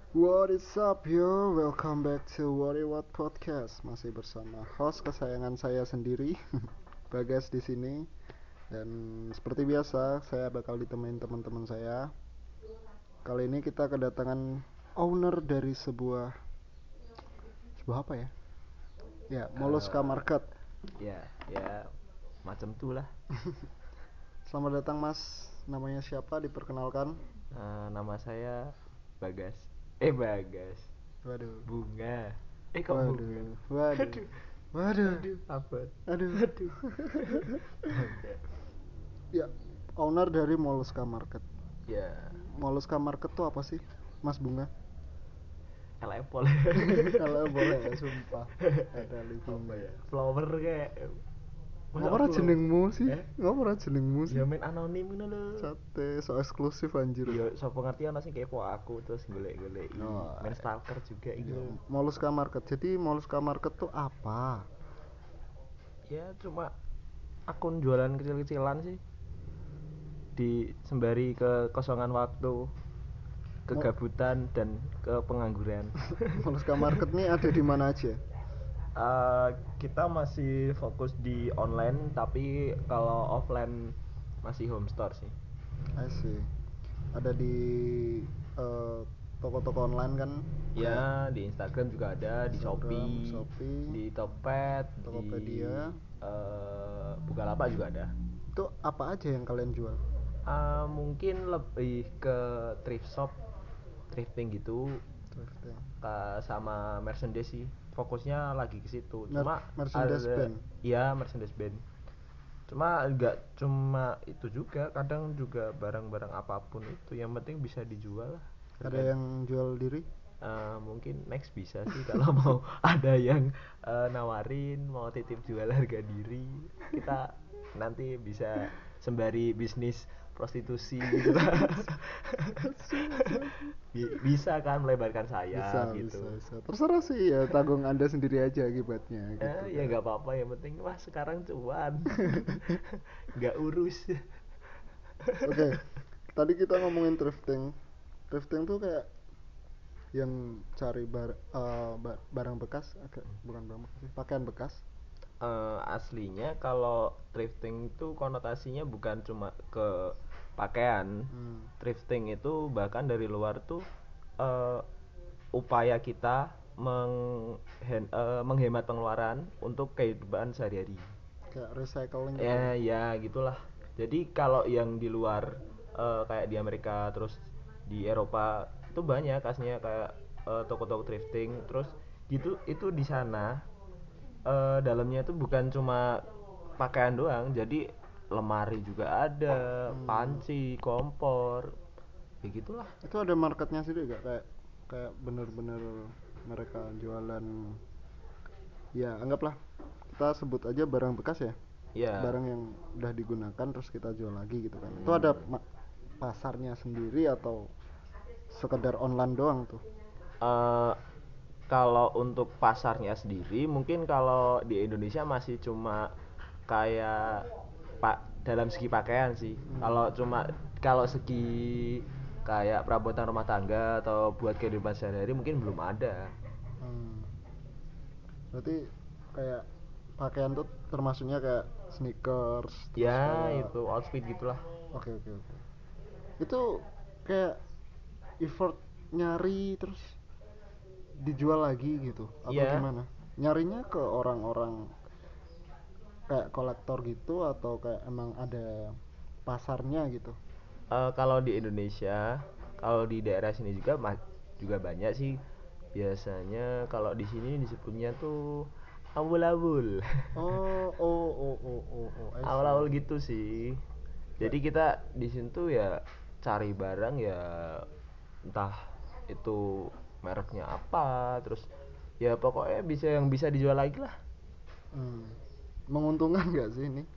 What is up yo? Welcome back to What Is What Podcast. Masih bersama host kesayangan saya sendiri, Bagas di sini. Dan seperti biasa, saya bakal ditemenin teman-teman saya. Kali ini kita kedatangan owner dari sebuah apa ya? Ya, Molluska Eh, Market. ya macam tuh lah. Selamat datang Mas. Namanya siapa? Diperkenalkan. Nama saya Bagas. Bagas. Waduh. Bunga. Kok bunga? Waduh. Waduh. Aduh, Waduh. aduh, apa? Aduh. Aduh. Ada. Ya, owner dari Molluska Market. Ya, Molluska Market tuh apa sih, Mas Bunga? Elepol. Kalau boleh ya, sumpah. Ada Apa bunga. ya? Flower kayak masa Ngapa ora flower? jenengmu sih? Eh? Ngapa ora jenengmu sih? Ya main anonim ngono lho. Sate, so eksklusif anjir. Iya, sapa ngerti ana sing kepo aku terus golek-goleki. Oh, Main stalker juga iki ya, lho. Molluska Market. Jadi Molluska Market tuh apa? Ya cuma akun jualan kecil-kecilan sih di sembari kekosongan waktu, Mo- kegabutan dan kepengangguran. Molluska Market nih ada di mana aja? Kita masih fokus di online, tapi kalau offline masih home store sih. I see. Ada di eh, toko-toko online kan, kayak Ya, di Instagram juga ada, di Instagram, Shopee, Shopee, di Tokped, di Tokopedia. Bukalapak juga ada. Itu apa aja yang kalian jual? Mungkin lebih ke thrift shop, thrifting gitu, Thrifting. sama merchandise sih, fokusnya lagi ke situ. Cuma Merchandise ada, band. ya merchandise band, cuma nggak cuma itu juga, kadang juga barang-barang apapun itu yang penting bisa dijual lah. Ada Dan yang jual diri? mungkin next bisa sih kalau mau ada yang nawarin mau titip jual harga diri, kita nanti bisa sembari bisnis prostitusi gitu lah. Asu, asu, asu. Bisa kan melebarkan sayap Bisa, gitu. bisa. Terserah sih ya, tanggung Anda sendiri aja akibatnya gitu Ya kan. nggak apa-apa, yang penting wah sekarang cuan. Nggak urus. Oke, tadi kita ngomongin thrifting. Thrifting tuh kayak yang cari barang bekas, bukan barang bekas sih, pakaian bekas. Aslinya kalau thrifting itu konotasinya bukan cuma ke pakaian. Hmm. Thrifting itu bahkan dari luar tuh eh, upaya kita menghemat pengeluaran untuk kehidupan sehari-hari. Kayak recycling gitu ya. Ya gitulah. Jadi kalau yang di luar, kayak di Amerika terus di Eropa itu banyak aslinya kayak toko-toko thrifting terus gitu. Itu di sana dalamnya itu bukan cuma pakaian doang, jadi lemari juga ada, Hmm. panci, kompor, ya gitulah. Itu ada marketnya sih gak, kayak kayak bener-bener mereka jualan, ya anggaplah kita sebut aja barang bekas ya, Ya. barang yang udah digunakan terus kita jual lagi gitu kan. Itu ada hmm, pasarnya sendiri atau sekedar online doang tuh? eh, Kalau untuk pasarnya sendiri mungkin kalau di Indonesia masih cuma kayak dalam segi pakaian sih. Hmm. Kalau segi kayak perabotan rumah tangga atau buat kehidupan sehari-hari mungkin belum ada. Hmm. Berarti kayak pakaian tuh termasuknya kayak sneakers, terus Ya kayak itu outfit gitulah. oke, oke, oke. Itu kayak effort nyari terus dijual lagi gitu atau Iya. gimana? Nyarinya ke orang-orang kayak kolektor gitu atau kayak emang ada pasarnya gitu? Kalau di Indonesia, kalau di daerah sini juga juga banyak sih. Biasanya kalau di sini disebutnya tuh awul-awul. Oh, oh, oh, oh, oh, oh, I see. Awal-awal gitu sih. Kayak Jadi kita di sini tuh ya cari barang ya, entah itu mereknya apa, terus ya pokoknya bisa dijual lagi lah. hmm, menguntungkan nggak sih ini?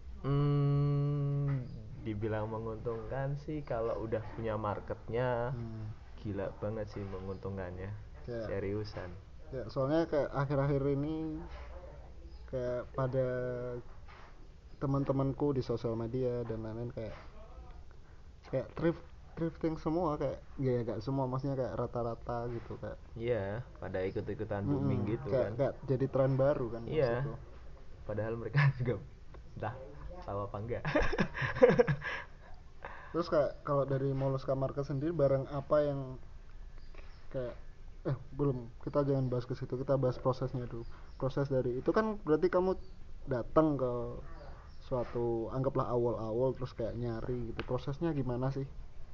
Dibilang menguntungkan sih kalau udah punya marketnya, Hmm, gila banget sih menguntungkannya, kayak seriusan. ya soalnya kayak akhir-akhir ini kayak pada teman-temanku di sosial media dan lain-lain kayak kayak thrifting semua kayak gak semua, maksudnya kayak rata-rata gitu kayak. Iya, pada ikut-ikutan booming gitu kayak, kan. kayak jadi tren baru kan Iya. maksudku. Padahal mereka juga entah tahu apa enggak. Terus kayak kalau dari Mollusca Market sendiri barang apa yang kayak belum, kita jangan bahas ke situ, kita bahas prosesnya dulu. Proses dari itu kan berarti kamu datang ke suatu, anggaplah awal-awal, terus kayak nyari gitu, prosesnya gimana sih?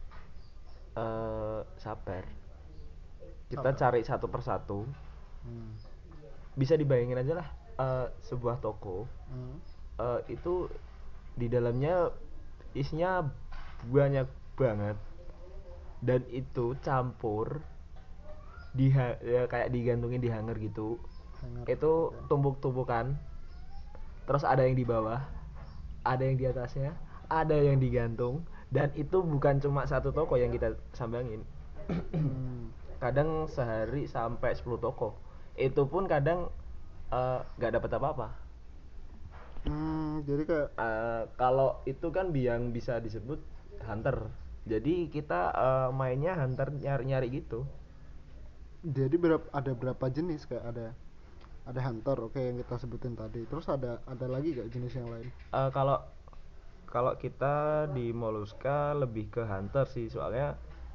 Sabar. Kita Sabar. cari satu persatu. hmm. Bisa dibayangin aja lah, sebuah toko Hmm. itu di dalamnya isinya banyak banget, dan itu campur ya, kayak digantungin di hanger gitu. Hanger, Itu oke. tumpuk-tumpukan, terus ada yang di bawah, ada yang di atasnya, ada yang digantung, dan itu bukan cuma satu toko yang kita sambangin. Hmm. Kadang sehari sampai 10 toko. Itu pun kadang nggak dapat apa-apa. Jadi kayak Kalau itu kan yang bisa disebut hunter. Jadi kita mainnya hunter, nyari-nyari gitu. jadi ada berapa jenis, kayak ada hunter, oke, yang kita sebutin tadi, terus ada lagi gak jenis yang lain? Kalau kalau kita di Mollusca lebih ke hunter sih, soalnya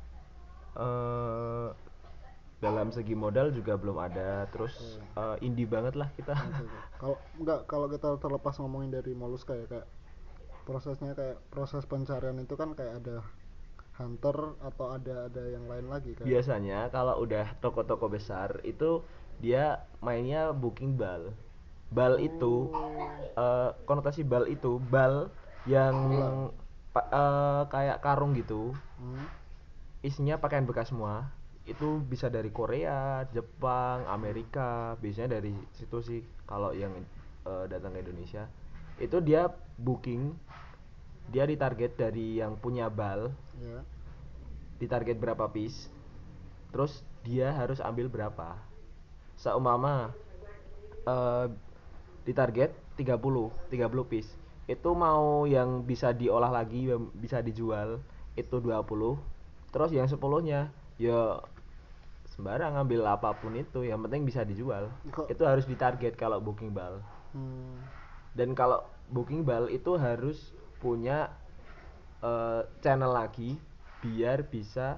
eh, dalam segi modal juga belum ada, terus Oke. indie banget lah kita. Oke. Kalau enggak, kalau kita terlepas ngomongin dari Mollusca ya, kayak prosesnya, kayak proses pencarian itu kan kayak ada hunter atau ada yang lain lagi kayak. Biasanya kalau udah toko-toko besar itu dia mainnya booking bal. Bal itu Oh, konotasi bal itu bal yang bola. kayak karung gitu, Hmm. isinya pakaian bekas semua. Itu bisa dari Korea, Jepang, Hmm. Amerika, biasanya dari situ sih kalau yang datang ke Indonesia. Itu dia booking, dia ditarget dari yang punya bal, Ya. ditarget berapa piece, terus dia harus ambil berapa. Seumpama eh, ditarget 30 piece, itu mau yang bisa diolah lagi, yang bisa dijual itu 20, terus yang 10-nya ya sembarang ambil apapun, itu yang penting bisa dijual. Kok. Itu harus ditarget kalau booking bal. Hmm. Dan kalau booking bal itu harus punya channel lagi biar bisa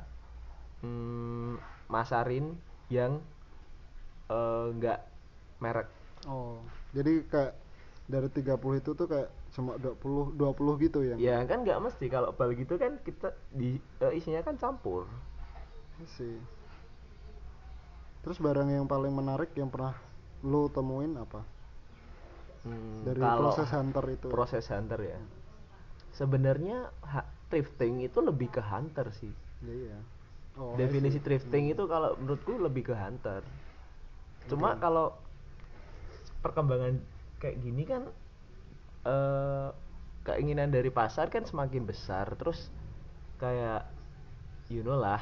masarin yang nggak merek. Oh, jadi kayak dari 30 itu tuh kayak cuma 20 gitu yang. Ya kan nggak mesti, kalau bal gitu kan kita di isinya kan campur. Sih. Terus barang yang paling menarik yang pernah lo temuin apa dari Kalau proses hunter itu ya? proses hunter ya, sebenarnya thrifting itu lebih ke hunter sih. Ya, iya. Oh, I see. Definisi thrifting itu kalau menurutku lebih ke hunter. Cuma Oke. kalau perkembangan kayak gini kan, eh, keinginan dari pasar kan semakin besar, terus kayak lah,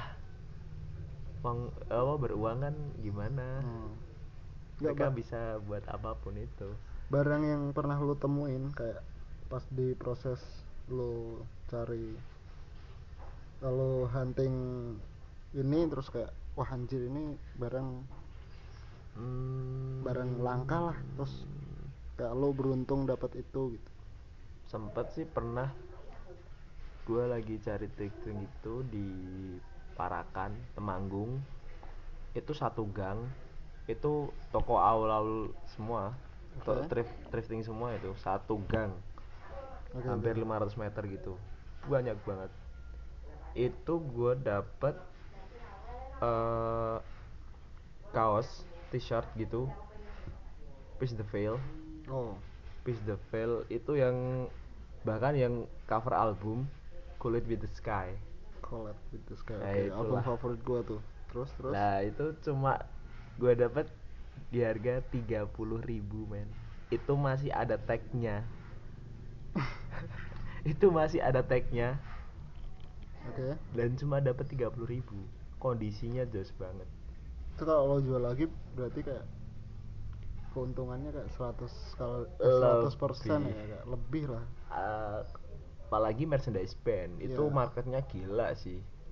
apa, beruang kan gimana, Oh. Nggak, mereka bisa buat apapun itu. barang yang pernah lo temuin kayak pas di proses lo cari, lalu hunting ini, terus kayak wah anjir, ini barang barang langka lah, terus kayak lo beruntung dapat itu gitu. Sempet sih pernah gue lagi cari thrifting itu di Parakan, Temanggung. Itu satu gang, itu toko aul-aul semua, Oke. thrifting semua, itu satu gang Oke, hampir oke. 500 meter gitu, banyak banget. Itu gue dapet eh, kaos, t-shirt gitu, Peace the Veil. Oh, Peace the Veil itu yang bahkan yang cover album Collide with the Sky. Collide with the Sky, Nah oke, album itulah. favorit gua tuh. Terus. Nah itu cuma gue dapet di harga 30.000 men. Itu masih ada tagnya. Itu masih ada tagnya, Oke. dan cuma dapat 30.000. Kondisinya jos banget. Itu kalau lo jual lagi berarti kayak keuntungannya kayak 100 kali 100% Lebih. ya, kayak lebih lah. Uh, Apalagi merchandise band itu Iya. marketnya gila sih.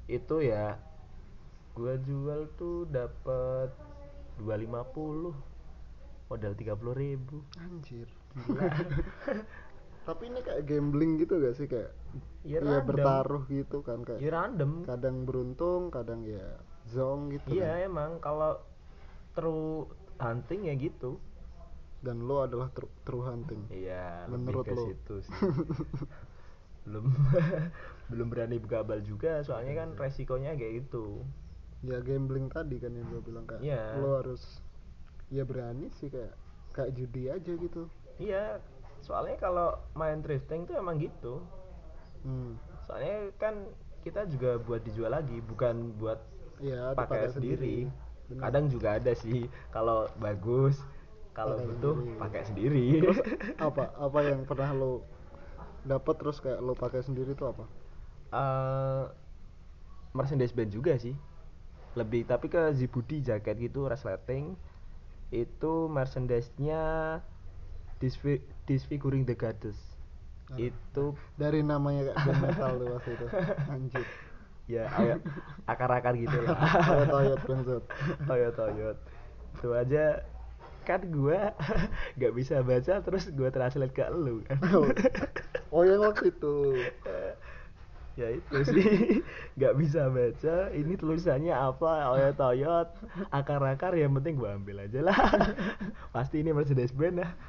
Itu ya gua jual tuh dapat 250, modal 30.000. Anjir. Gila. Tapi ini kayak gambling gitu gak sih, kayak Ya ya random. bertaruh gitu kan, kayak Ya random. kadang beruntung, kadang ya zong gitu kan. Iya emang kalau true hunting ya gitu. Dan lo adalah true hunting. Iya, lebih Menurut ke lo. situ sih. Belum belum berani begabal juga, soalnya kan Oke. resikonya kayak gitu. Ya gambling tadi kan yang gue bilang, kayak Iya. lo harus ya berani sih, kayak kayak judi aja gitu. Iya, soalnya kalau main thrifting tuh emang gitu. Hmm. Soalnya kan kita juga buat dijual lagi, bukan buat Ya pakai dipakai sendiri. sendiri. Benar. Kadang juga ada sih kalau bagus, kalau Pakai butuh sendiri. pakai sendiri. Terus apa yang pernah lo dapat terus kayak lo pakai sendiri tuh apa? Eh, merchandise band juga sih. Lebih tapi ke Zibudi jaket gitu, resleting. Itu merchandise-nya Disfiguring the Goddess. Aduh, Itu dari namanya kayak band metal tuh waktu itu. Anjir. ya ayo akar-akar gitulah. Toyot Benzot. Toyot itu aja kan gua nggak bisa baca, terus gua translate ke lu kan. Oh yang waktu itu. Ya itu sih, nggak bisa baca ini tulisannya apa, Toyot akar-akar, yang penting gua ambil aja lah. Pasti ini Mercedes Benz lah.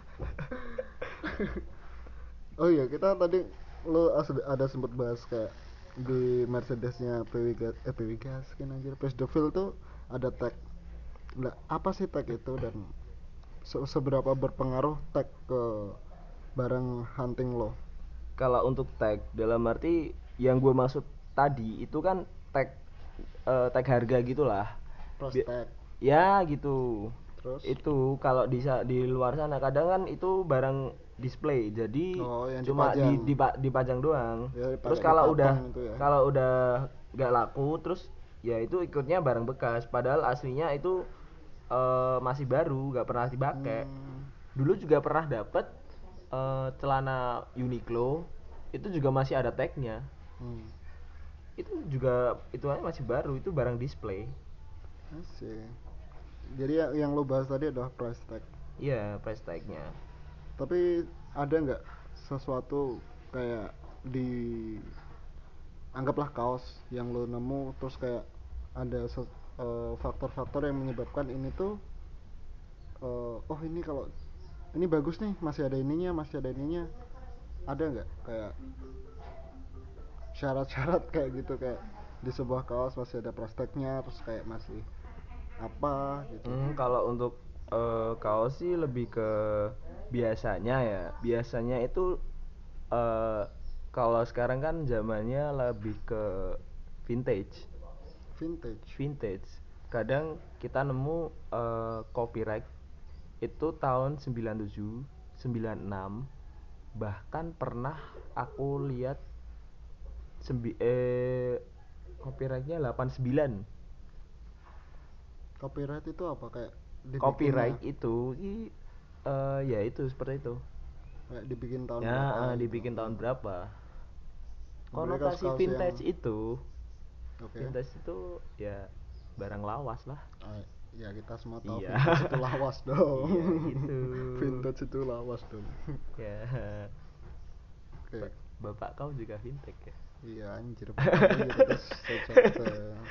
Oh iya, kita tadi lo ada sempat bahas kayak di Mercedesnya PW Gas, PW Gas kan anjir, Place de Ville tuh ada tag. Nah, apa sih tag itu, dan seberapa berpengaruh tag ke barang hunting lo? Kalau untuk tag dalam arti yang gue maksud tadi itu kan tag, tag harga gitulah. Price tag. Ya gitu. Terus Itu kalau di luar sana kadang kan itu barang display, jadi oh yang cuma dipajang. dipajang doang. Ya Terus pakai kalau udah dipotong itu ya. nggak laku, terus ya itu ikutnya barang bekas, padahal aslinya itu masih baru, nggak pernah dipakai. Hmm. Dulu juga pernah dapet celana Uniqlo, itu juga masih ada tagnya. Hmm. Itu juga itu aja masih baru, itu barang display. Asik. Jadi yang lo bahas tadi adalah price tag. Iya, price tagnya. Tapi ada nggak sesuatu kayak di, anggaplah kaos yang lo nemu terus kayak ada faktor-faktor yang menyebabkan ini tuh oh ini kalau ini bagus nih, masih ada ininya, ada nggak kayak syarat-syarat kayak gitu, kayak di sebuah kaos masih ada plastiknya terus kayak masih apa gitu? Kalau untuk kaos sih lebih ke biasanya itu eh kalau sekarang kan zamannya lebih ke vintage. Vintage. Vintage. Kadang kita nemu copyright itu tahun 97, 96. Bahkan pernah aku lihat copyrightnya 89. Copyright itu apa, kayak dibikinnya Copyright itu ya itu seperti itu. kayak dibikin tahun Ya, berapa gitu? dibikin tahun berapa. Berarti Konotasi kaos-kaos yang vintage itu, oke. vintage itu ya barang lawas lah. Ah, ya kita semua tahu Iya. vintage itu lawas dong. Iya gitu. Vintage itu lawas dong. Ya. Oke. Bapak kau juga vintage ya? Iya anjir, bapak gue juga secocok.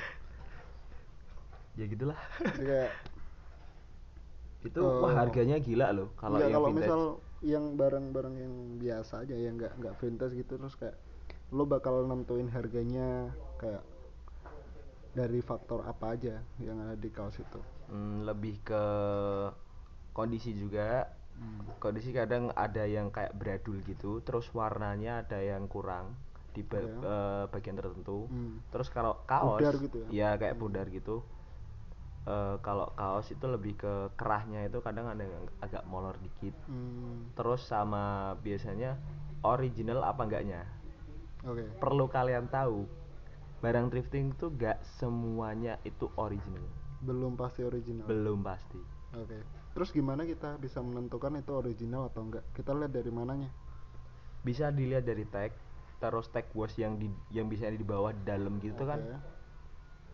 Ya gitulah. Jadi kayak Itu wah harganya gila loh kalau iya, yang kalau vintage. misal yang barang-barang yang biasa aja yang nggak vintage gitu, terus kayak lo bakal nentuin harganya kayak dari faktor apa aja yang ada di kaos itu? Lebih ke kondisi juga. Kondisi kadang ada yang kayak beradul gitu, terus warnanya ada yang kurang di Oke. bagian tertentu. Hmm. Terus kalau kaos Pudar gitu ya? ya kayak pudar gitu. Kalau kaos itu lebih ke kerahnya itu kadang ada yang agak molor dikit. Hmm. Terus sama biasanya original apa enggaknya. Oke. Perlu kalian tahu, barang thrifting tuh gak semuanya itu original. Belum pasti original. Belum pasti. Oke. Terus gimana kita bisa menentukan itu original atau enggak? Kita lihat dari mananya? Bisa dilihat dari tag, terus tag wash yang bisa di bawah di dalam gitu Oke. kan.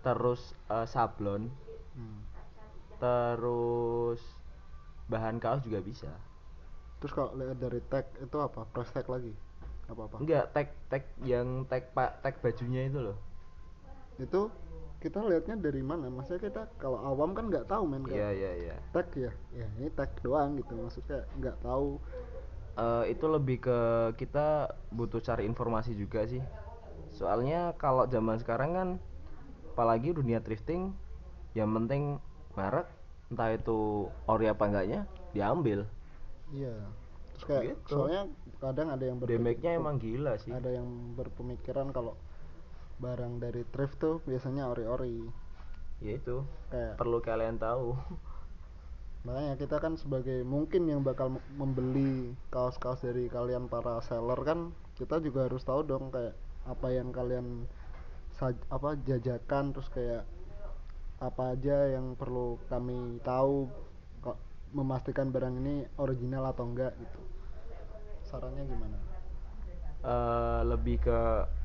terus sablon, Hmm. terus bahan kaos juga bisa. Terus kalau lihat dari tag itu apa? Price tag lagi? Apa-apa? Enggak, tag yang tag bajunya itu loh. Itu kita lihatnya dari mana? Maksudnya kita kalau awam kan nggak tahu men kayak Iya. tag ya. Ya ini tag doang gitu. Maksudnya nggak tahu. Itu lebih ke kita butuh cari informasi juga sih. Soalnya kalau zaman sekarang kan, apalagi dunia thrifting, yang penting merek, entah itu ori apa enggaknya, diambil. Iya. Terus kayak Gitu. soalnya kadang ada yang Damage-nya emang gila sih. ada yang berpemikiran kalau barang dari thrift tuh biasanya ori-ori. Ya itu, Kayak perlu kalian tahu. makanya kita kan sebagai mungkin yang bakal membeli kaos-kaos dari kalian para seller kan, kita juga harus tahu dong kayak apa yang kalian apa jajakan, terus kayak apa aja yang perlu kami tahu kok memastikan barang ini original atau enggak gitu. Sarannya gimana? Lebih ke,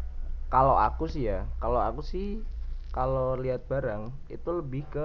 kalau aku sih kalau lihat barang itu lebih ke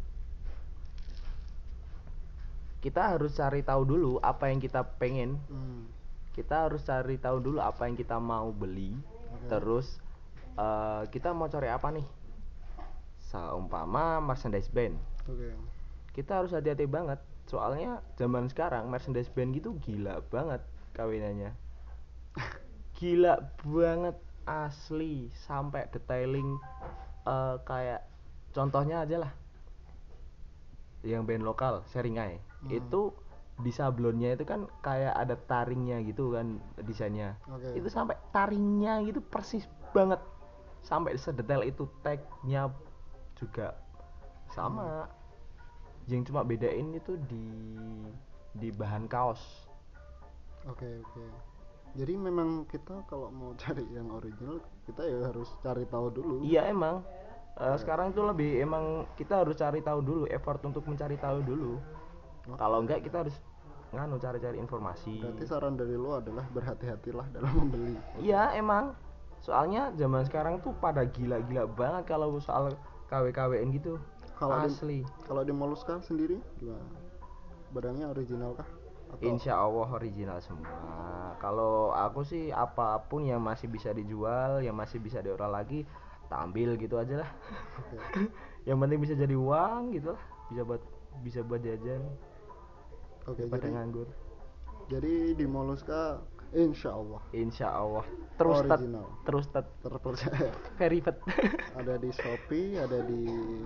kita harus cari tahu dulu apa yang kita pengen. Kita harus cari tahu dulu apa yang kita mau beli. Terus kita mau cari apa nih, seumpama merchandise band. Kita harus hati-hati banget, soalnya zaman sekarang merchandise band gitu gila banget kawinannya. Gila banget asli, sampai detailing. Kayak contohnya aja lah, yang band lokal Seringai. Itu di sablonnya itu kan kayak ada taringnya gitu kan desainnya. Itu sampai taringnya gitu persis banget, sampai sedetail itu. Tagnya juga sama. Yang cuma bedain itu di bahan kaos. Oke. Jadi memang kita kalau mau cari yang original kita ya harus cari tahu dulu. Iya emang. Sekarang tuh lebih emang kita harus cari tahu dulu, effort untuk mencari tahu dulu. Kalau enggak kita harus cari-cari informasi. Berarti saran dari lo adalah berhati-hatilah dalam membeli. Iya emang. Soalnya zaman sekarang tuh pada gila-gila banget kalau soal KW-KWN gitu. Asli. Kalau di Moluska sendiri gimana? Barangnya original kah? Insya Allah original semua. Kalau aku sih apapun yang masih bisa dijual, yang masih bisa diolah lagi, tak ambil gitu aja lah. Yang penting bisa jadi uang gitu lah, bisa buat jajan. Pada nganggur. Jadi di Moluska insya Allah terus original, terpercaya, verified. Ada di Shopee, ada di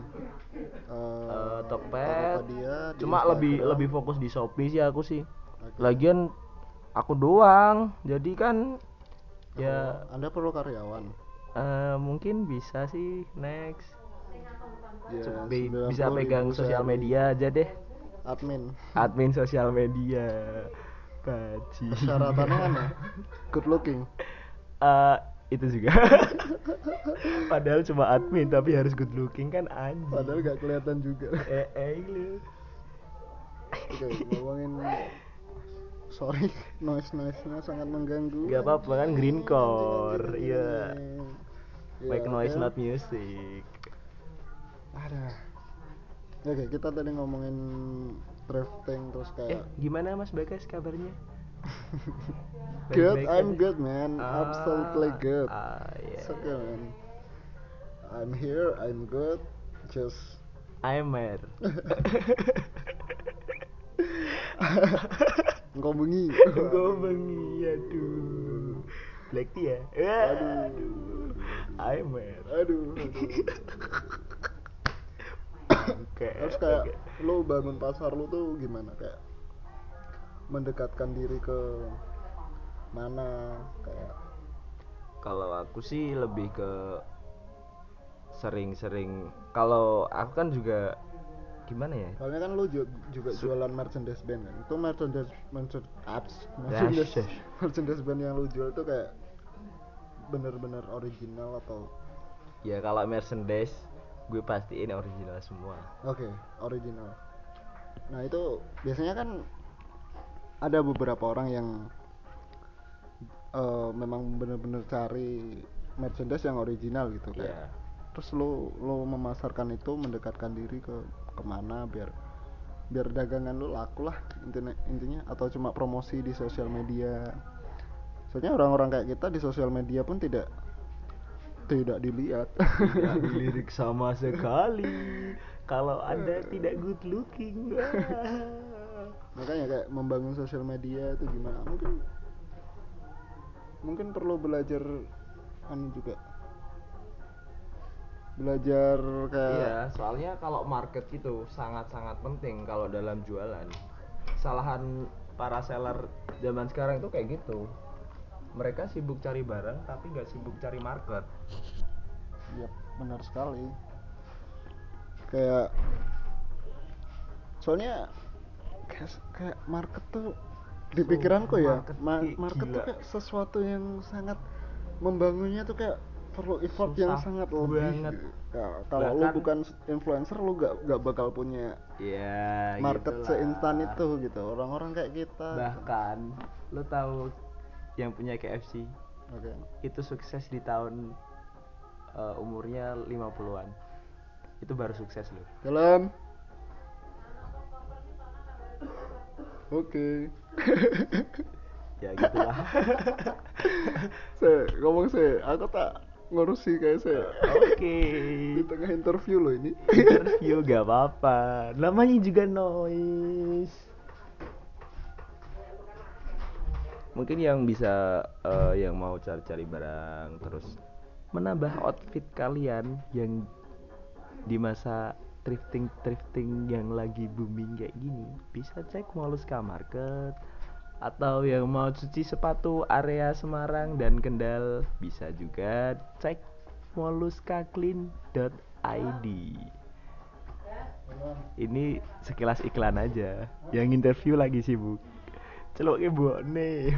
Tokped. Tokopedia, Cuma Instagram. lebih fokus di Shopee sih aku sih. Lagian aku doang, jadi kan ya. Anda perlu karyawan. Mungkin bisa sih next. Ya, Bisa pegang sosial media aja deh. Admin sosial media. Baji. Persyaratannya kan good looking. Itu juga. Padahal cuma admin tapi harus good looking kan anjing. Padahal gak kelihatan juga. Lu. Oke, ngomongin sorry, noise-nya sangat mengganggu. Gak apa-apa kan green core. Iya. Make noise okay. Not music. Ada. Oke, kita tadi ngomongin thrifting terus kayak gimana Mas Bagas kabarnya? Good, I'm good man, absolutely good. Yeah. So good man. I'm here, I'm good. Just I'm mad. Engkau bengi, aduh. Black tea ya? Aduh. I'm mad. Aduh. Terus kayak lo bangun pasar lo tuh gimana, kayak mendekatkan diri ke mana kayak? Kalau aku sih lebih ke sering-sering. Kalau aku kan juga gimana ya? Soalnya kan lo juga jualan merchandise band kan. Itu merchandise band yang lo jual tuh kayak bener-bener original atau? Ya kalau merchandise gue pastiin original semua. Oke, original. Nah itu biasanya kan ada beberapa orang yang memang bener-bener cari merchandise yang original gitu kayak. terus lo memasarkan itu, mendekatkan diri ke kemana biar dagangan lo laku lah intinya, atau cuma promosi di sosial media. Soalnya orang-orang kayak kita di sosial media pun tidak dilihat. Tidak dilirik sama sekali kalau Anda tidak good looking. Makanya kayak membangun sosial media itu gimana, mungkin perlu belajar juga, belajar kayak. Iya, soalnya kalau market itu sangat-sangat penting kalau dalam jualan. Kesalahan para seller zaman sekarang itu kayak gitu. Mereka sibuk cari barang tapi gak sibuk cari market. Iya, benar sekali. Kayak soalnya kayak market tuh di pikiranku ya, market tuh kayak sesuatu yang sangat membangunnya tuh kayak perlu effort susah yang sangat lebih. Kalau lu bukan influencer lu gak bakal punya market seinstan itu gitu. Orang-orang kayak kita. Bahkan lu tahu yang punya KFC, itu sukses di tahun umurnya 50-an. Itu baru sukses loh. Jalan. Oke. Ya gitulah. Ngomong aku tak ngurusi kayak Oke. Di tengah interview lo ini. Interview gak apa-apa. Namanya juga noise. Mungkin yang bisa yang mau cari-cari barang terus menambah outfit kalian yang di masa thrifting yang lagi booming kayak gini, bisa cek Moluska Market. Atau yang mau cuci sepatu area Semarang dan Kendal, bisa juga cek moluskaclean.id. Ini sekilas iklan aja. Yang interview lagi sibuk. Celoknya bone.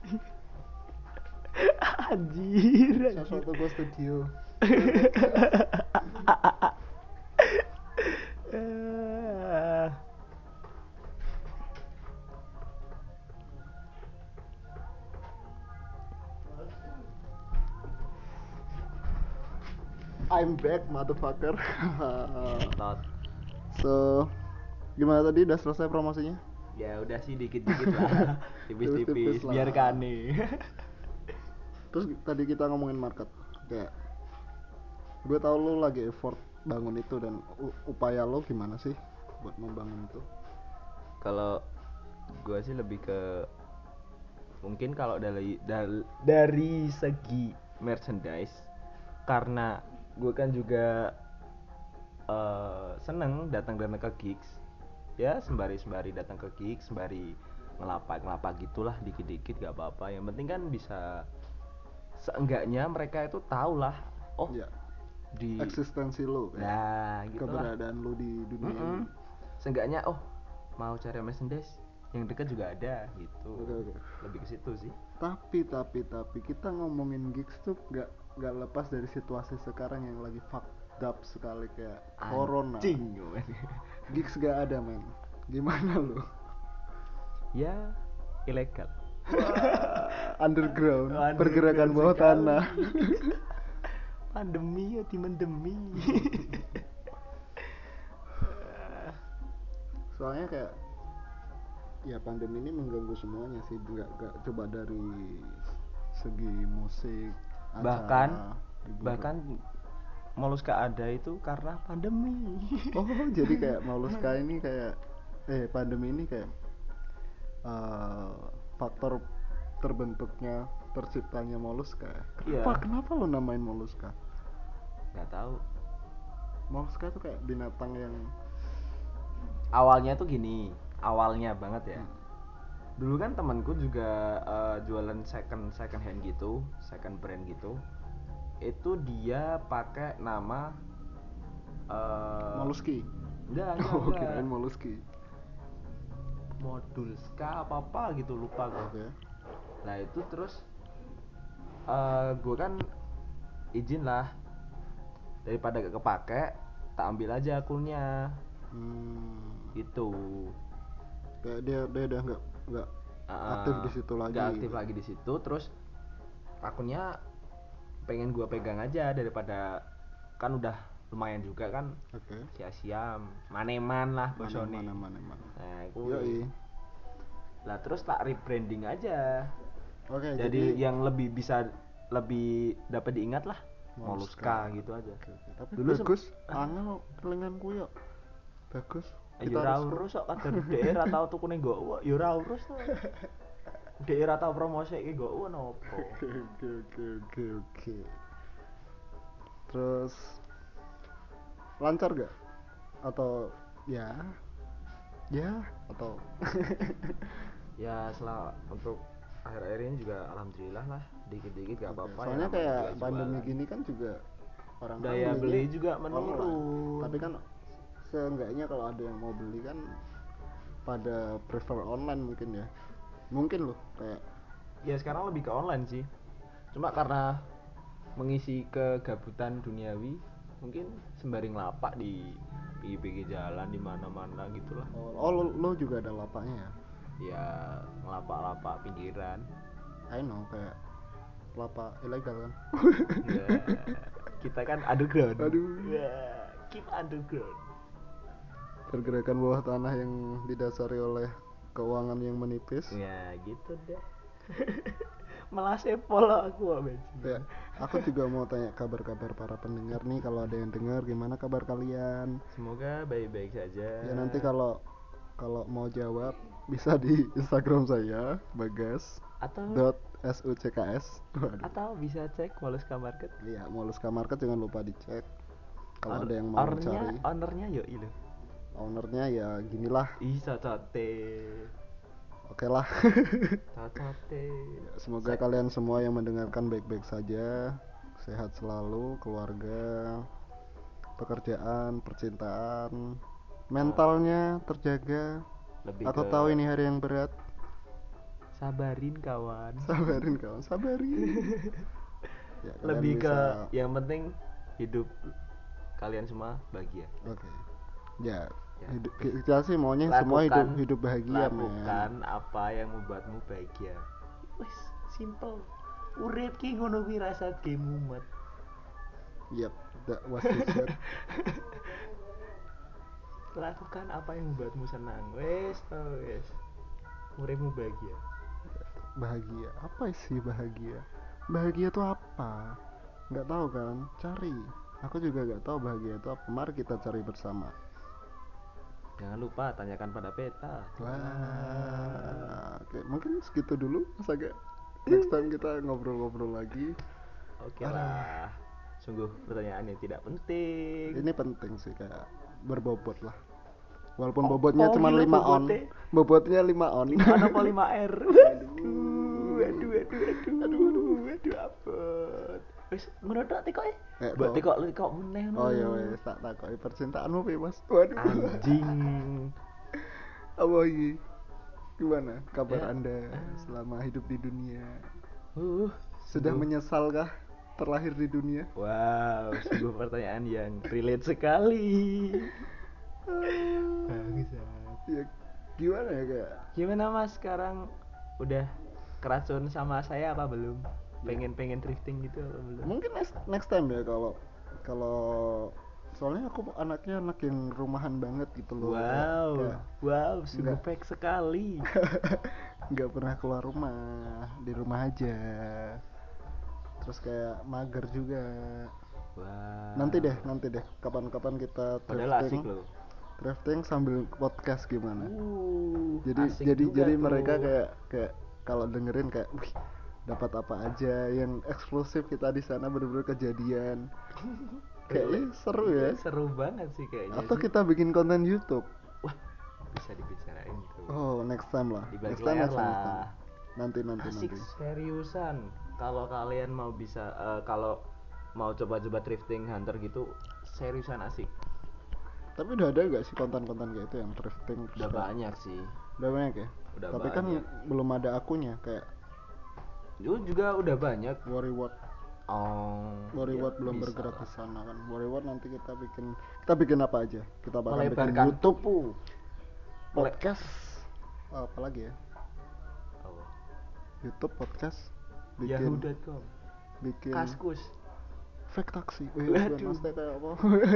Anjir. Sesuatu bos studio. I'm back, motherfucker. So, gimana tadi? Udah selesai promosinya? Ya udah sih, dikit-dikit lah. Tipis-tipis biar kane. Terus tadi kita ngomongin market. Kayak gue tau lo lagi effort bangun itu, dan upaya lo gimana sih buat membangun itu? Kalau gue sih lebih ke, mungkin kalau dari segi merchandise, karena gue kan juga seneng datang ke gigs ya, sembari datang ke gigs, sembari ngelapak gitulah, dikit-dikit gak apa-apa. Yang penting kan bisa, seenggaknya mereka itu tahu lah, ya, di eksistensi lo, nah gitu, keberadaan lo di dunia ini. Seenggaknya mau cari merchandise yang dekat juga ada gitu. Okay. Lebih ke situ sih. Tapi kita ngomongin gigs tuh gak lepas dari situasi sekarang yang lagi fucked up sekali, kayak corona. Gigs gak ada, men. Gimana lo? Ya ilegal. Underground, pergerakan bawah tanah. Pandemi ya, timendemi. Soalnya kayak ya pandemi ini mengganggu semuanya sih, gak coba dari segi musik, acara, bahkan Moluska ada itu karena pandemi. Oh, jadi kayak Moluska ini kayak pandemi ini kayak faktor terbentuknya, terciptanya Moluska. Kenapa lo namain Moluska? Gak tahu. Moluska tuh kayak binatang yang awalnya tuh gini, awalnya banget ya. Dulu kan temanku juga jualan second hand gitu, second brand gitu. Itu dia pakai nama Moluski. Enggak. Kirain Moluski. Modulska apa gitu, lupa gue. Okay. Nah itu terus gue kan izin lah, daripada gak kepake, tak ambil aja akunnya. Gitu. Kayak dia udah nggak aktif di situ lagi. Nggak aktif lagi di situ, terus akunnya pengen gue pegang aja daripada kan udah lumayan juga kan Oke. sia-sia maneman lah bosone. Mana. Nah, Yoi. kuwi. Lah terus tak rebranding aja. Oke, Jadi yang lebih bisa lebih dapat diingat lah. Moluska. Moluska gitu aja. Oke. Tapi Dulu bagus, angel kelinganku yo. Bagus. Ya ora urus kok kadang daerah tau tukune nggo. Ya ora urus to. Daerah tau promosike nggo nopo. Oke. Terus lancar gak? Atau ya atau Ya untuk akhir-akhir ini juga alhamdulillah lah dikit-dikit gak apa-apa. Soalnya ya, kayak juga pandemi jualan. gini kan juga orang Daya beli juga menurun. Tapi kan seenggaknya kalau ada yang mau beli kan pada prefer online mungkin loh kayak Ya sekarang lebih ke online sih. Cuma karena mengisi kegabutan duniawi, mungkin sembari ngelapak di pinggir jalan di mana-mana gitulah. lo juga ada lapaknya ya? Ya ngelapak-lapak pinggiran. I know, kayak lapak ilegal kan. Ya, kita kan underground. Aduh. Ya, keep underground. Pergerakan bawah tanah yang didasari oleh keuangan yang menipis. Ya gitu deh. Malah sepol aku men. Ya, aku juga mau tanya kabar-kabar para pendengar nih, kalau ada yang dengar gimana kabar kalian? Semoga baik-baik saja. Ya nanti kalau mau jawab bisa di Instagram saya Bagas .sucks. Atau bisa cek Moluska Market. Iya, Moluska Market jangan lupa dicek. Kalau ada yang mau cari. Ownernya yo ilo. Ownernya ya ginilah. Cocote. Oke lah. Cocote. Semoga kalian semua yang mendengarkan baik-baik saja, sehat selalu, keluarga, pekerjaan, percintaan, mentalnya terjaga. Lebih Aku ke tahu ini hari yang berat. sabarin kawan. Sabarin. Ya, Lebih bisa... ke yang penting hidup kalian semua bahagia. Oke. Ya. Kita sih maunya semua hidup bahagia. Lakukan apa yang membuatmu bahagia. Wes simple. Urip ki ngono kuwi rasake mumet. Yep, that was it. Lakukan apa yang membuatmu senang. Wes. Uripmu bahagia. Bahagia. Apa sih bahagia? Bahagia itu apa? Nggak tahu kan? Cari. Aku juga nggak tahu bahagia itu apa. Mari kita cari bersama. Jangan lupa tanyakan pada peta. Wah, oke, mungkin segitu dulu, Mas Aga. Next time kita ngobrol-ngobrol lagi. Oke lah. Sungguh pertanyaan yang tidak penting. Ini penting sih, kayak berbobot lah. Walaupun bobotnya cuma 5 on. Bobotnya 5 on. 5 on apa 5 R? Aduh abot. Wis ngono tok tekoke. Mbok tekok meneh ngono. Oh iya wis tak takoki percintaanmu piye, Mas? Waduh. Anjing. Apa iki? Gimana kabar Anda selama hidup di dunia? Sudah menyesalkah terlahir di dunia? Wow, sungguh pertanyaan yang relate sekali. Bangsat. Ya, gimana ya kayak? Gimana Mas sekarang udah keracun sama saya apa belum? Pengen drifting gitu apa belum? Mungkin next time ya, kalau soalnya aku anaknya anak yang rumahan banget gitu loh. Wow, sungguh baik sekali. Nggak pernah keluar rumah, di rumah aja. Terus kayak mager juga. Wow. Nanti deh kapan-kapan kita drifting sambil podcast gimana? Jadi mereka kayak kalau dengerin kayak wih, dapat apa aja yang eksklusif kita di sana, bener-bener kejadian. Kayaknya seru ya. Seru banget sih kayaknya. Atau kita bikin konten YouTube. Wah, bisa dibicarain tuh. Oh, next time lah. Next time lah. Nanti. Asik seriusan. Kalau kalian mau bisa kalau mau coba-coba drifting hunter gitu, seriusan asik. Tapi udah ada gak sih konten-konten kayak itu yang drifting? Udah banyak sih. Udah banyak ya? Tapi kan belum ada akunnya kayak. Juga udah banyak. Worrywart belum bergerak ke sana kan. Worrywart nanti kita bikin apa aja? Kita bakal bikin YouTube, podcast, apa lagi ya? YouTube, podcast, bikin yahoo.com, bikin Kaskus, fake taksi. Waduh. Mas kayak apa?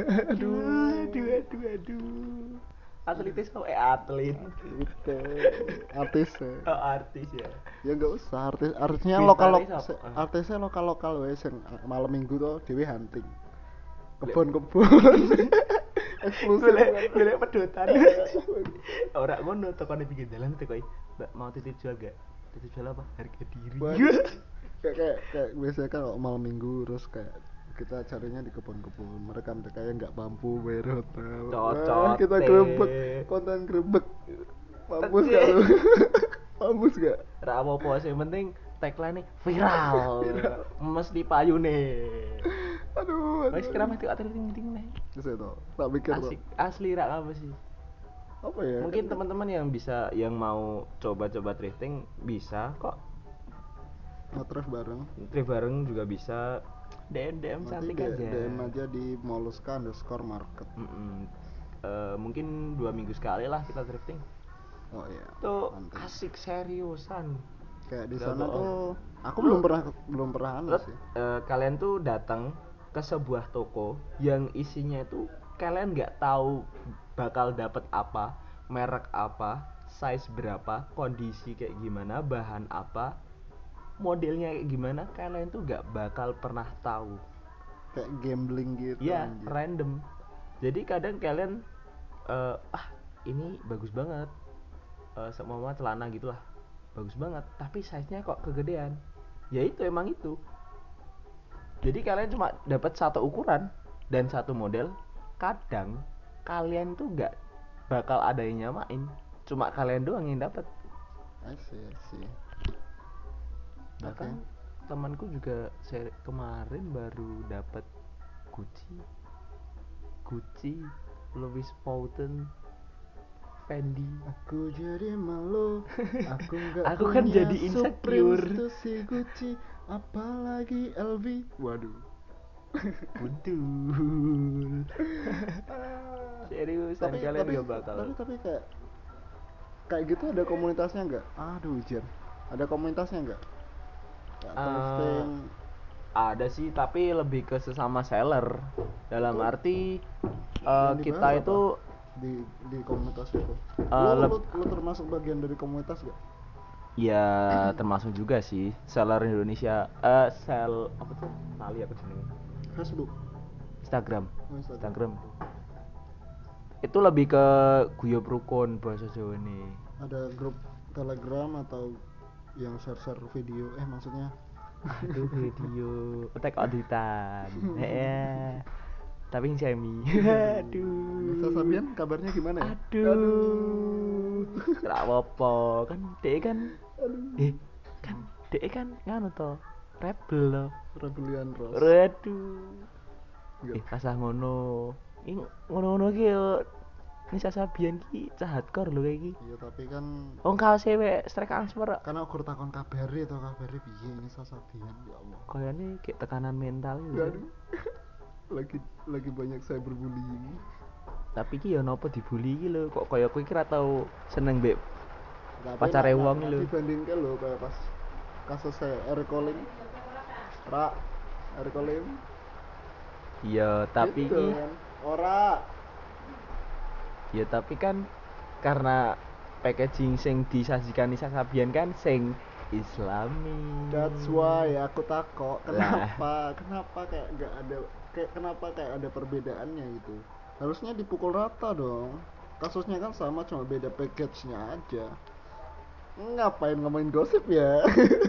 Aduh. Atletnya sampai atlet. Itu artis ya. Oh, artis ya. Ya enggak usah artisnya Bintangnya lokal siapa? artisnya lokal wae sing malam minggu tuh dhewe hunting. Kebun-kebun. Eksklusif. Golek pedotan. Ora ngono tekone pinggir jalan tekoki, "Mbak, mau titip jual gak?" Titip jual apa? Harga diri. kayak biasanya kan kalau malam minggu terus kayak kita carinya di kebun-kebun, mereka yang nggak mampu bayar hotel. Cocok Kita teh. grebek, konten grebek. Mampus gak lu? Mampus gak? Ra apa-apa sing penting tagline viral. Mesti payune. Aduh. Wis kira mesti atlet ting nih. Bisa tuh, tak pikir tuh. Asik, asli ra apa sih? Apa ya? Mungkin teman-teman yang mau coba-coba thrifting bisa kok. Nge-trif bareng. Trip bareng juga bisa. DM Nanti cantik aja. DM aja di _market. Mungkin 2 minggu sekali lah kita thrifting. Oh iya. Tuh Nanti. asik seriusan. Kayak di Nggak sana bohong. tuh aku belum pernah anu Terus sih. kalian tuh datang ke sebuah toko yang isinya itu kalian nggak tahu bakal dapet apa, merek apa, size berapa, kondisi kayak gimana, bahan apa, modelnya kayak gimana, kalian tuh nggak bakal pernah tahu. Kayak gambling gitu. Ya, anjir. random. Jadi kadang kalian ini bagus banget. Semua celana gitulah. Bagus banget, tapi size-nya kok kegedean. Ya itu emang itu. Jadi kalian cuma dapat satu ukuran dan satu model. Kadang kalian tuh nggak bakal ada yang nyamain. Cuma kalian doang yang dapat. I see. Bahkan temanku juga kemarin baru dapat Gucci, Louis Vuitton, Fendi. Aku jadi malu, aku nggak Aku kan punya jadi Supreme, insecure. itu si Gucci, apalagi LV. Waduh. Budul. Seriusan kalian nggak bakal. Tapi kayak gitu ada komunitasnya nggak? Aduh, Jen. Ada komunitasnya nggak? Kayak thrifting. Ada sih, tapi lebih ke sesama seller. Dalam arti Yang kita dibahas itu apa? di komunitas itu. Lu termasuk bagian dari komunitas gak? ya termasuk juga sih seller Indonesia. Sell apa tuh? Tali apa jenenge? Facebook. Instagram. Oh, Instagram. Itu lebih ke guyub rukun bahasa Jawa nih. Ada grup Telegram atau yang share video? Maksudnya Aduh, video otak auditan. Tapi yang semi. Aduh. Nisa Sabian kabarnya gimana ya? Aduh. Ora apa-apa kan dek kan. Aduh. Dek kan nganu to. Rebel lo. Rebellion Rose. Aduh. Kasah ngono. Ini ngono-ngono ki yo Nisa Sabian ki cah hardcore lho kayak iki. Iya, tapi kan Wong kaose wek strek answer. Karena ukur takon kabare piye Nisa Sabian, ya Allah. Kayaknya kayak tekanan mental gitu. Aduh. lagi banyak cyberbullying. Tapi ki ya napa dibully iki lho, kok kaya kowe iki ra tau seneng mbek pacare wong lho. Dibandingke lho kayak pas kasus Eric Colin. Eric Colin. Iya, tapi gitu, kan. Ora. Ya tapi kan karena packaging sing disajikan Nisa Sabian kan sing Islami. That's why aku takut kenapa kayak nggak ada kenapa kayak ada perbedaannya gitu. Harusnya dipukul rata dong. Kasusnya kan sama, cuma beda package-nya aja. Ngapain ngomongin gosip ya?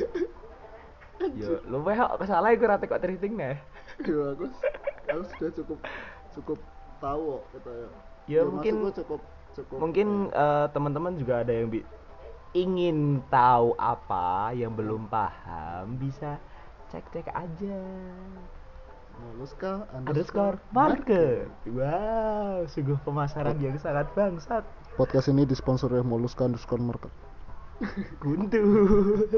Yo, lu kok salah iku ra kok thrifting nah. Yo, aku sudah cukup tahu gitu ya. Ya mungkin cukup mungkin teman-teman juga ada yang ingin tahu apa yang belum paham, bisa cek aja. Moluska_market. Wow, sungguh pemasaran yang sangat bangsat. Podcast ini disponsori oleh Moluska_market. Guntur.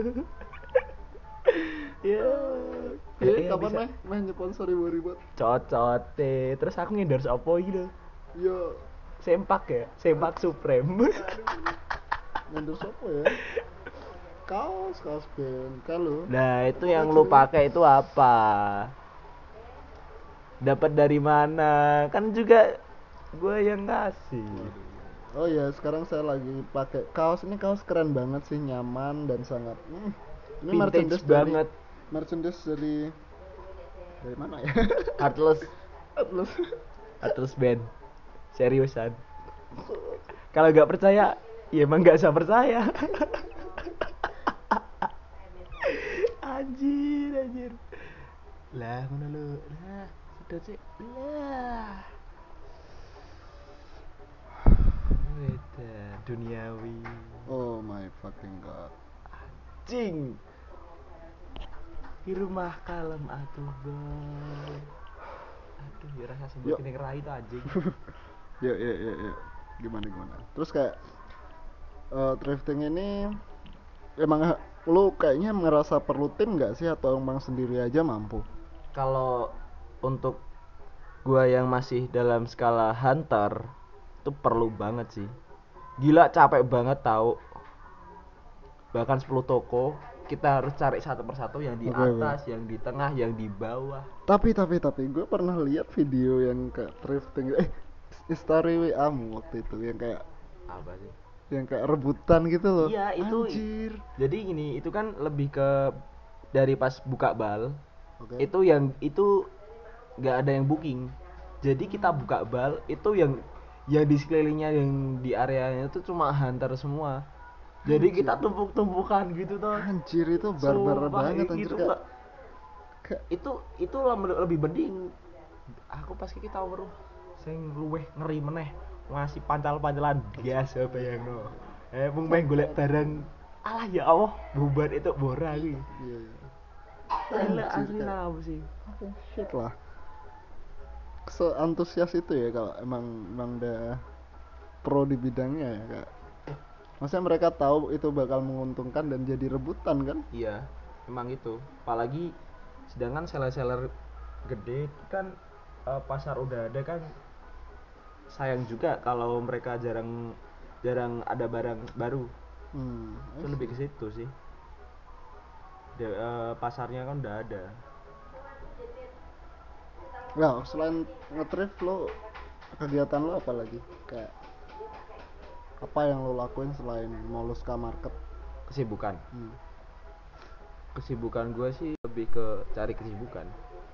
Ya. Kapan meh nyponsori ribet. Cocote. Terus aku endorse apa iki lho? Yo, Sempak ya, Sempak Supreme. endorse apa ya? Kaos band kalau. Nah, itu yang lu pakai itu apa? Dapat dari mana? Kan juga gue yang ngasih. Oh ya, sekarang saya lagi pakai kaos. Ini kaos keren banget sih, nyaman dan sangat ini Vintage banget. merchandise dari mana ya? Heartless. Atlas. Heartless band. Seriusan. Kalau nggak percaya, ya emang nggak usah percaya. Anjir. Lah, mana lu? Lah, sedot sih. Lah. Beda duniawi. Oh my fucking god. Cing. Di rumah kalem atuh boy. Aduh, ya rasa sebut ini rai tuh anjing. Yuk. Gimana? Terus kayak thrifting ini emang lu kayaknya ngerasa perlu tim nggak sih atau emang sendiri aja mampu? Kalau untuk gua yang masih dalam skala hunter itu perlu banget sih. Gila capek banget tahu. Bahkan 10 toko kita harus cari satu persatu, yang di atas, yang di tengah, yang di bawah. Tapi gue pernah lihat video yang kayak thrifting story WA-mu waktu itu yang kayak Apa sih? yang kayak rebutan gitu loh. Iya, itu. Anjir. Jadi gini, itu kan lebih ke dari pas buka bal. Okay. Itu nggak ada yang booking. Jadi kita buka bal itu yang di sekelilingnya, yang di areanya itu cuma hunter semua. Jadi kita tumpuk-tumpukan gitu toh. Anjir, itu barbar banget anjir gitu, itu lebih mending. Aku pas kita weruh sing luweh ngeri meneh ngasih pancal-pancalan gas apa yang no. Mung meh golek barang. Alah ya Allah, bubar itu bora iki. Iya. Gila asli apa sih? Oke, shit lah. Seantusias itu ya kalau emang udah pro di bidangnya ya kak. Maksudnya mereka tahu itu bakal menguntungkan dan jadi rebutan kan? Iya, emang itu. Apalagi sedangkan seller-seller gede kan, pasar udah ada kan, sayang juga kalau mereka jarang ada barang baru. Itu lebih ke situ sih. Pasarnya kan udah ada. Nah, selain nge-thrift lo, kegiatan lo apa lagi? Kayak apa yang lo lakuin selain Moluska Market? Kesibukan gue sih lebih ke cari kesibukan.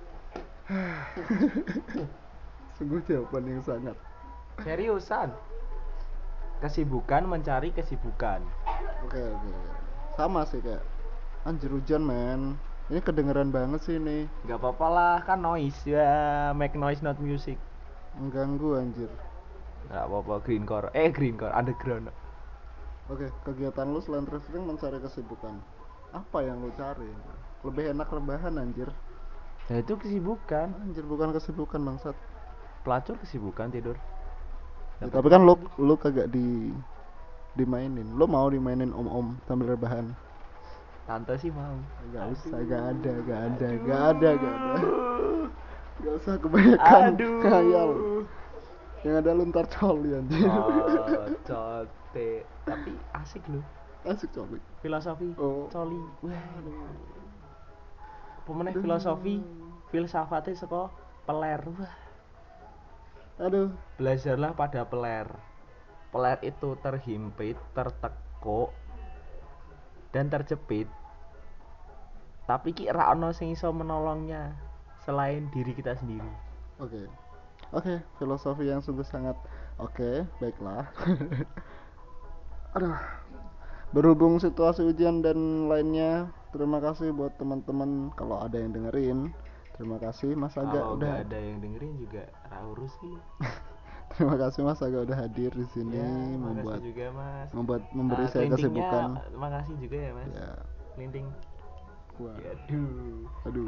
Sungguh jawaban yang sangat seriusan. Kesibukan mencari kesibukan. Oke. Sama sih kayak anjir hujan men. Ini kedengeran banget sih ini. Gak apa-apa lah, kan noise ya, make noise not music. Mengganggu anjir. Gak apa-apa, greencore underground. Oke, kegiatan lu selain thrifting mencari kesibukan. Apa yang lu cari? Lebih enak rebahan anjir. Nah itu kesibukan. Anjir bukan kesibukan bangsat. Pelacur kesibukan tidur. Ya, tapi kan lu kagak dimainin. Lu mau dimainin om-om sambil rebahan? Tante sih mau. Gak usah, gak ada. Gak usah kebanyakan khayal. Yang ada lu ntar coli anjir. Oh, cote. Tapi asik lu. Asik coli. Filosofi coli. Wah. Pemenang filosofi filsafatnya saka peler. Wah. Aduh. Belajarlah pada peler. Peler itu terhimpit, tertekuk, dan terjepit. Tapi ki ra ono sing iso menolongnya selain diri kita sendiri. Oke, filosofi yang sungguh sangat oke, baiklah. Aduh. Berhubung situasi ujian dan lainnya, terima kasih buat teman-teman kalau ada yang dengerin. Terima kasih Mas Aga kalau udah ada yang dengerin juga ra urus sih. Terima kasih Mas Aga udah hadir di sini ya, memberi saya kesibukan. Terima kasih juga ya Mas. Ya. Linting. Wah. Aduh.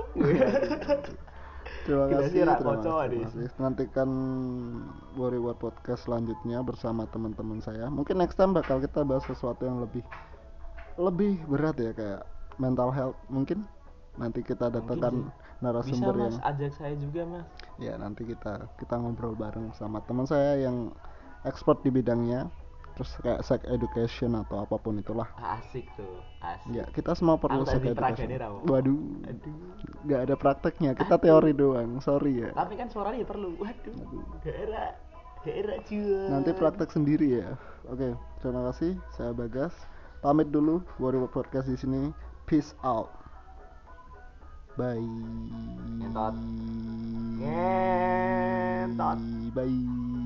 Terima kasih. Nantikan Worry What Podcast selanjutnya bersama teman-teman saya. Mungkin next time bakal kita bahas sesuatu yang lebih berat ya, kayak mental health. Mungkin nanti kita datangkan narasumber bisa, Mas, yang ajak saya juga Mas. Ya nanti kita ngobrol bareng sama teman saya yang expert di bidangnya. terus kayak sex education atau apapun itulah. Asik tuh, asik. Ya, kita semua perlu Aku tak sex education. diperagani Ramo. Waduh, Aduh. nggak ada prakteknya, kita teori doang, sorry ya. Tapi kan suaranya perlu. Waduh. Aduh. Daerah cuan. Nanti praktek sendiri ya. Oke, terima kasih. Saya Bagas. Pamit dulu. Warrior Podcast di sini. Peace out. Bye. Ngentot. Ngentot. Bye.